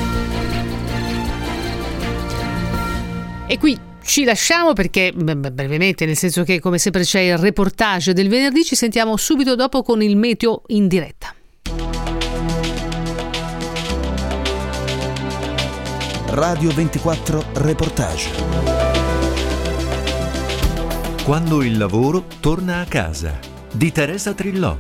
E qui ci lasciamo perché, brevemente, nel senso che come sempre c'è il reportage del venerdì, ci sentiamo subito dopo con il meteo in diretta. Radio 24 Reportage. Quando il lavoro torna a casa, di Teresa Trillò.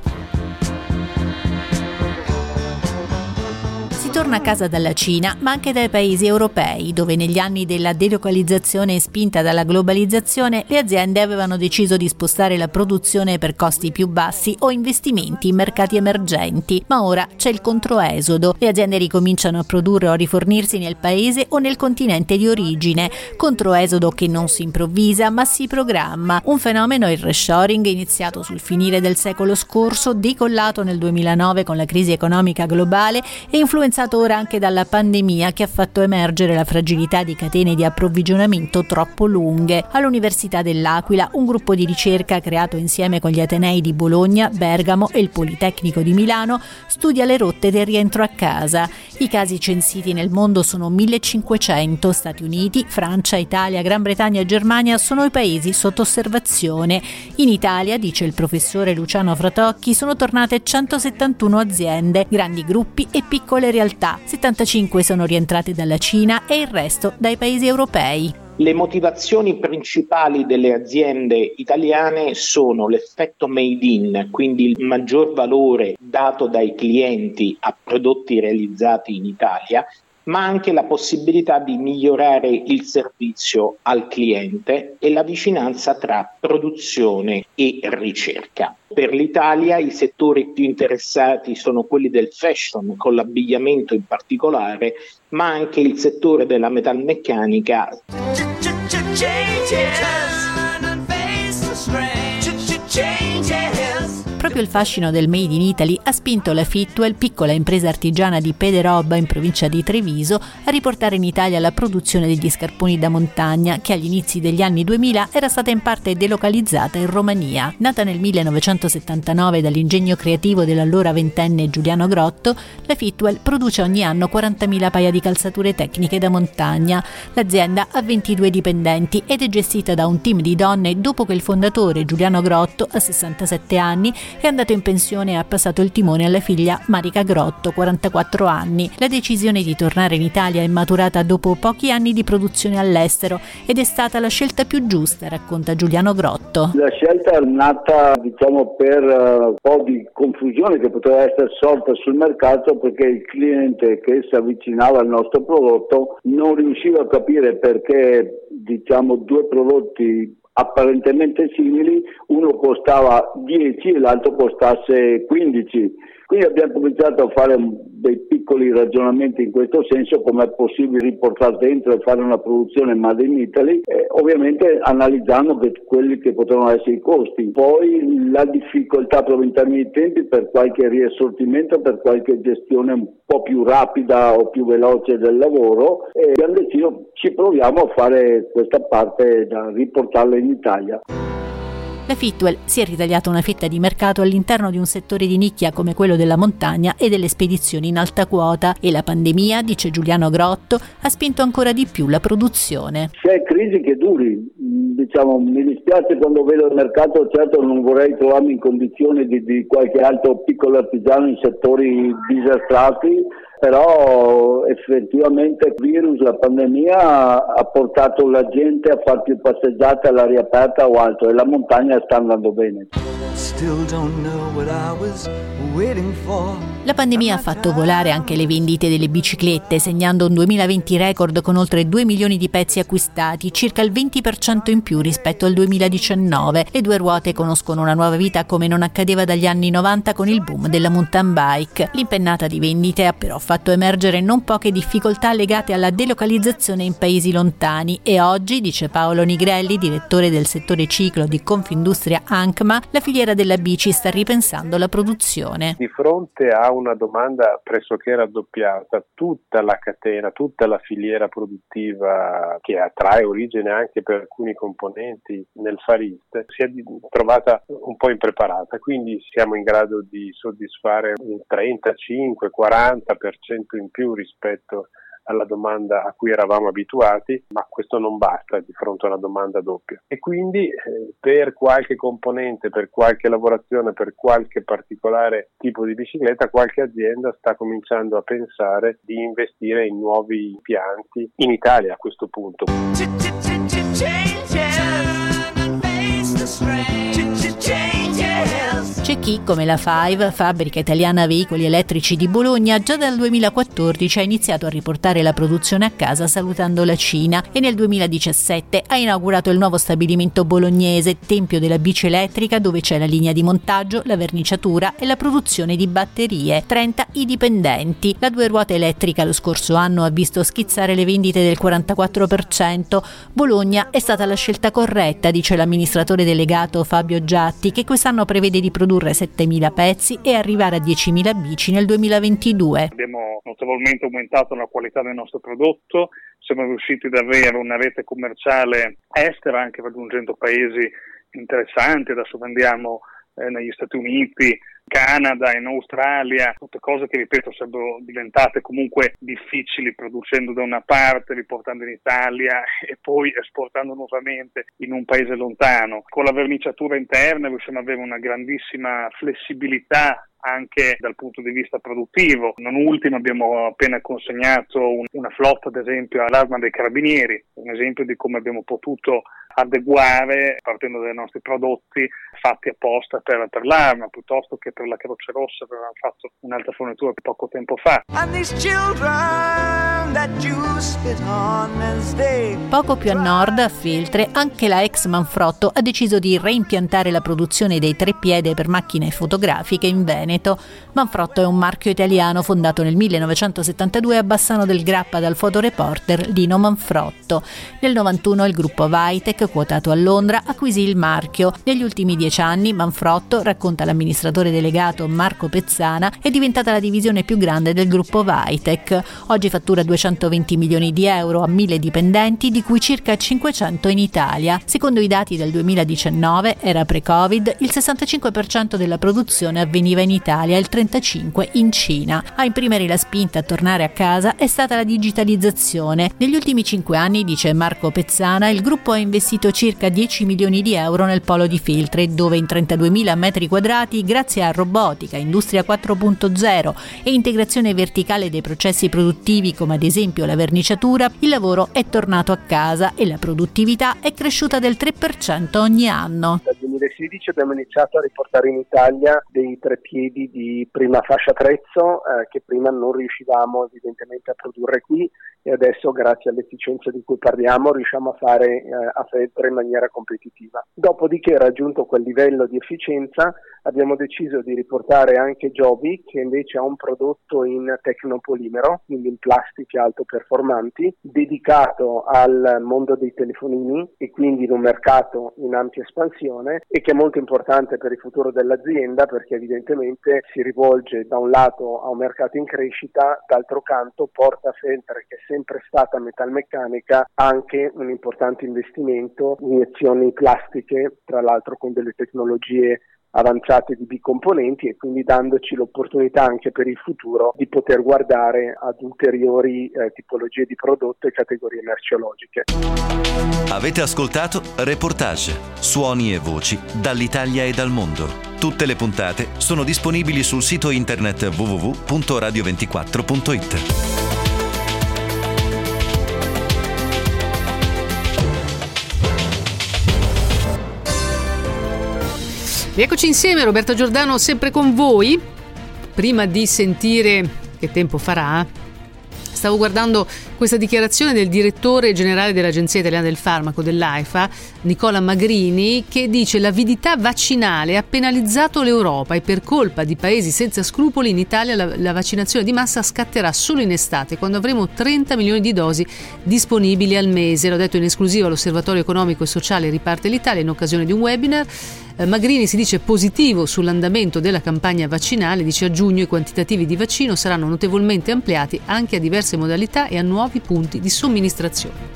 Torna a casa dalla Cina, ma anche dai paesi europei, dove negli anni della delocalizzazione spinta dalla globalizzazione le aziende avevano deciso di spostare la produzione per costi più bassi o investimenti in mercati emergenti. Ma ora c'è il controesodo. Le aziende ricominciano a produrre o a rifornirsi nel paese o nel continente di origine. Controesodo che non si improvvisa, ma si programma. Un fenomeno, il reshoring, iniziato sul finire del secolo scorso, decollato nel 2009 con la crisi economica globale e influenzato ora anche dalla pandemia che ha fatto emergere la fragilità di catene di approvvigionamento troppo lunghe. All'Università dell'Aquila, un gruppo di ricerca creato insieme con gli Atenei di Bologna, Bergamo e il Politecnico di Milano studia le rotte del rientro a casa. I casi censiti nel mondo sono 1500, Stati Uniti, Francia, Italia, Gran Bretagna e Germania sono i paesi sotto osservazione. In Italia, dice il professore Luciano Fratocchi, sono tornate 171 aziende, grandi gruppi e piccole realtà. 75 sono rientrate dalla Cina e il resto dai paesi europei. Le motivazioni principali delle aziende italiane sono l'effetto made in, quindi il maggior valore dato dai clienti a prodotti realizzati in Italia, ma anche la possibilità di migliorare il servizio al cliente e la vicinanza tra produzione e ricerca. Per l'Italia i settori più interessati sono quelli del fashion, con l'abbigliamento in particolare, ma anche il settore della metalmeccanica. Proprio il fascino del Made in Italy ha spinto la Fitwel, piccola impresa artigiana di Pederobba in provincia di Treviso, a riportare in Italia la produzione degli scarponi da montagna che agli inizi degli anni 2000 era stata in parte delocalizzata in Romania. Nata nel 1979 dall'ingegno creativo dell'allora ventenne Giuliano Grotto, la Fitwel produce ogni anno 40.000 paia di calzature tecniche da montagna. L'azienda ha 22 dipendenti ed è gestita da un team di donne dopo che il fondatore Giuliano Grotto, a 67 anni, è andato in pensione e ha passato il timone alla figlia Marica Grotto, 44 anni. La decisione di tornare in Italia è maturata dopo pochi anni di produzione all'estero ed è stata la scelta più giusta, racconta Giuliano Grotto. La scelta è nata, per un po' di confusione che poteva essere sorta sul mercato, perché il cliente che si avvicinava al nostro prodotto non riusciva a capire perché due prodotti apparentemente simili, uno costava 10 e l'altro costasse 15. Quindi abbiamo cominciato a fare dei piccoli ragionamenti in questo senso, come è possibile riportare dentro e fare una produzione made in Italy, ovviamente analizzando quelli che potevano essere i costi. Poi la difficoltà proprio in termini di tempi per qualche riassortimento, per qualche gestione un po' più rapida o più veloce del lavoro, e abbiamo deciso ci proviamo a fare questa parte da riportarla in Italia. La Fitwel si è ritagliata una fetta di mercato all'interno di un settore di nicchia come quello della montagna e delle spedizioni in alta quota, e la pandemia, dice Giuliano Grotto, ha spinto ancora di più la produzione. C'è crisi che duri, mi dispiace quando vedo il mercato, certo non vorrei trovarmi in condizioni di qualche altro piccolo artigiano in settori disastrati, però effettivamente il virus, la pandemia ha portato la gente a fare più passeggiate all'aria aperta o altro, e la montagna sta andando bene. La pandemia ha fatto volare anche le vendite delle biciclette, segnando un 2020 record con oltre 2 milioni di pezzi acquistati, circa il 20% in più rispetto al 2019. Le due ruote conoscono una nuova vita come non accadeva dagli anni 90 con il boom della mountain bike. L'impennata di vendite ha però fatto emergere non poche difficoltà legate alla delocalizzazione in paesi lontani, e oggi, dice Paolo Nigrelli, direttore del settore ciclo di Confindustria Ancma, la filiera della bici sta ripensando la produzione. Di fronte a una domanda pressoché raddoppiata, tutta la catena, tutta la filiera produttiva che trae origine anche per alcuni componenti nel Far East si è trovata un po' impreparata, quindi siamo in grado di soddisfare un 35-40% in più rispetto alla domanda a cui eravamo abituati, ma questo non basta di fronte a una domanda doppia. E quindi per qualche componente, per qualche lavorazione, per qualche particolare tipo di bicicletta, qualche azienda sta cominciando a pensare di investire in nuovi impianti in Italia a questo punto. C'è chi, come la Five, fabbrica italiana veicoli elettrici di Bologna, già dal 2014 ha iniziato a riportare la produzione a casa salutando la Cina, e nel 2017 ha inaugurato il nuovo stabilimento bolognese, tempio della bici elettrica, dove c'è la linea di montaggio, la verniciatura e la produzione di batterie. 30 i dipendenti. La due ruote elettrica lo scorso anno ha visto schizzare le vendite del 44%. Bologna è stata la scelta corretta, dice l'amministratore delegato Fabio Giatti, che quest'anno prevede di produrre 7.000 pezzi e arrivare a 10.000 bici nel 2022. Abbiamo notevolmente aumentato la qualità del nostro prodotto, siamo riusciti ad avere una rete commerciale estera anche raggiungendo paesi interessanti. Adesso vendiamo negli Stati Uniti, Canada, in Australia, tutte cose che, ripeto, sarebbero diventate comunque difficili producendo da una parte, riportando in Italia e poi esportando nuovamente in un paese lontano. Con la verniciatura interna riusciamo ad avere una grandissima flessibilità anche dal punto di vista produttivo. Non ultimo abbiamo appena consegnato una flotta, ad esempio, all'Arma dei Carabinieri, un esempio di come abbiamo potuto adeguare partendo dai nostri prodotti fatti apposta per l'Arma, piuttosto che per la Croce Rossa, che avevamo fatto un'altra fornitura poco tempo fa. Poco più a nord, a Feltre, anche la ex Manfrotto ha deciso di reimpiantare la produzione dei treppiede per macchine fotografiche in Veneto. Manfrotto è un marchio italiano fondato nel 1972 a Bassano del Grappa dal fotoreporter Lino Manfrotto. Nel 91 il gruppo Vitec, quotato a Londra, acquisì il marchio. Negli ultimi 10 anni Manfrotto, racconta l'amministratore delegato Marco Pezzana, è diventata la divisione più grande del gruppo Vitec. Oggi fattura 220 milioni di euro a 1.000 dipendenti, di cui circa 500 in Italia. Secondo i dati del 2019, era pre-Covid, il 65% della produzione avveniva in Italia e il 35% in Cina. A imprimere la spinta a tornare a casa è stata la digitalizzazione. Negli ultimi 5 anni, dice Marco Pezzana, il gruppo ha investito circa 10 milioni di euro nel polo di Feltre, dove in 32.000 metri quadrati, grazie a robotica, industria 4.0 e integrazione verticale dei processi produttivi, come ad esempio la verniciatura, il lavoro è tornato a casa e la produttività è cresciuta del 3% ogni anno. Dal 2016 abbiamo iniziato a riportare in Italia dei treppiedi di prima fascia prezzo che prima non riuscivamo evidentemente a produrre qui, e adesso grazie all'efficienza di cui parliamo riusciamo a fare a Feltre in maniera competitiva. Dopodiché, raggiunto quel livello di efficienza, abbiamo deciso di riportare anche Joby, che invece ha un prodotto in tecnopolimero, quindi in plastiche alto performanti, dedicato al mondo dei telefonini e quindi in un mercato in ampia espansione, e che è molto importante per il futuro dell'azienda, perché evidentemente si rivolge da un lato a un mercato in crescita, d'altro canto porta a Feltre, che è sempre stata metalmeccanica, anche un importante investimento in iniezioni plastiche, tra l'altro con delle tecnologie avanzate di bicomponenti, e quindi dandoci l'opportunità anche per il futuro di poter guardare ad ulteriori tipologie di prodotto e categorie merceologiche. Avete ascoltato Reportage, suoni e voci dall'Italia e dal mondo. Tutte le puntate sono disponibili sul sito internet www.radio24.it. Rieccoci insieme, Roberta Giordano sempre con voi. Prima di sentire che tempo farà, stavo guardando questa dichiarazione del direttore generale dell'Agenzia Italiana del Farmaco, dell'AIFA, Nicola Magrini, che dice: l'avidità vaccinale ha penalizzato l'Europa e per colpa di paesi senza scrupoli in Italia la vaccinazione di massa scatterà solo in estate, quando avremo 30 milioni di dosi disponibili al mese. L'ho detto in esclusiva all'Osservatorio Economico e Sociale Riparte l'Italia in occasione di un webinar. Magrini si dice positivo sull'andamento della campagna vaccinale, dice: a giugno i quantitativi di vaccino saranno notevolmente ampliati anche a diverse modalità e a nuovi punti di somministrazione.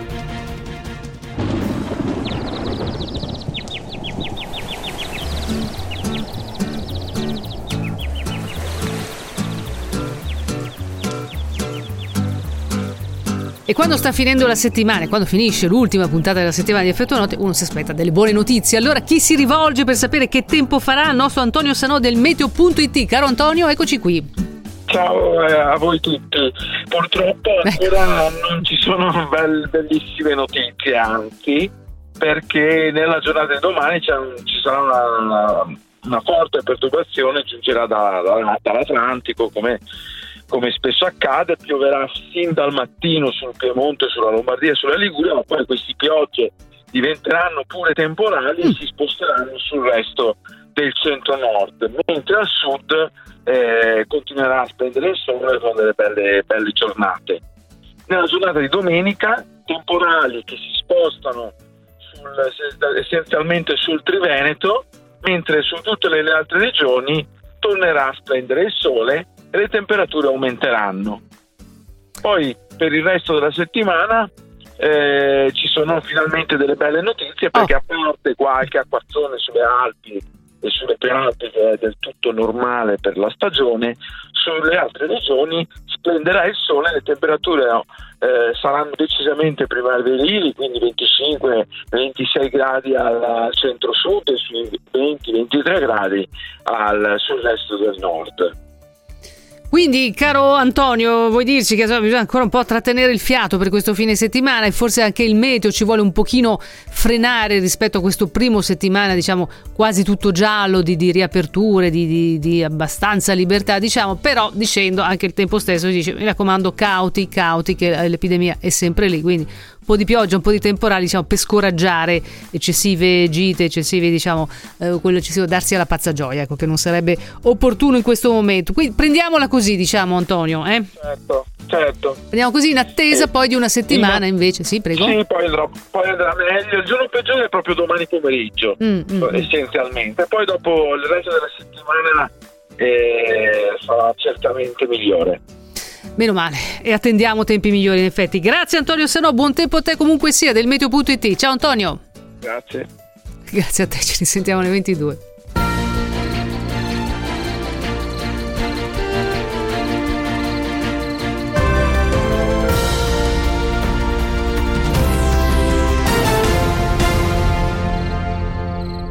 E quando sta finendo la settimana, quando finisce l'ultima puntata della settimana di Effetto Notte, uno si aspetta delle buone notizie. Allora chi si rivolge per sapere che tempo farà? Il nostro Antonio Sanò del Meteo.it. Caro Antonio, eccoci qui. Ciao a voi tutti. Purtroppo ancora non ci sono bellissime notizie, anzi, perché nella giornata di domani ci sarà una forte perturbazione, giungerà dall'Atlantico, come spesso accade. Pioverà sin dal mattino sul Piemonte, sulla Lombardia e sulla Liguria, ma poi queste piogge diventeranno pure temporali e si sposteranno sul resto del centro-nord, mentre al sud continuerà a splendere il sole con delle belle giornate. Nella giornata di domenica, temporali che si spostano essenzialmente sul Triveneto, mentre su tutte le altre regioni tornerà a splendere il sole e le temperature aumenteranno. Poi per il resto della settimana ci sono finalmente delle belle notizie, perché a parte qualche acquazzone sulle Alpi e sulle Prealpi, che è del tutto normale per la stagione, sulle altre regioni splenderà il sole, le temperature saranno decisamente primaverili, quindi 25-26 gradi al centro-sud e sui 20-23 gradi sul resto del nord. Quindi, caro Antonio, vuoi dirci che bisogna ancora un po' trattenere il fiato per questo fine settimana, e forse anche il meteo ci vuole un pochino frenare rispetto a questo primo settimana, diciamo, quasi tutto giallo di riaperture, di abbastanza libertà, diciamo, però dicendo anche il tempo stesso, dice: mi raccomando, cauti, che l'epidemia è sempre lì, quindi un po' di pioggia, un po' di temporali, diciamo, per scoraggiare eccessive gite, diciamo, quello eccessivo darsi alla pazza gioia, ecco, che non sarebbe opportuno in questo momento. Quindi prendiamola così, diciamo, Antonio, Certo. Prendiamo così in attesa poi di una settimana, invece. Sì, prego. Sì, poi andrà meglio. Il giorno peggiore è proprio domani pomeriggio, essenzialmente. Poi dopo il resto della settimana sarà certamente migliore. Meno male, e attendiamo tempi migliori, in effetti. Grazie Antonio Sanò, buon tempo a te comunque sia, del Meteo.it. Ciao Antonio. Grazie. Grazie a te, ci risentiamo alle 22.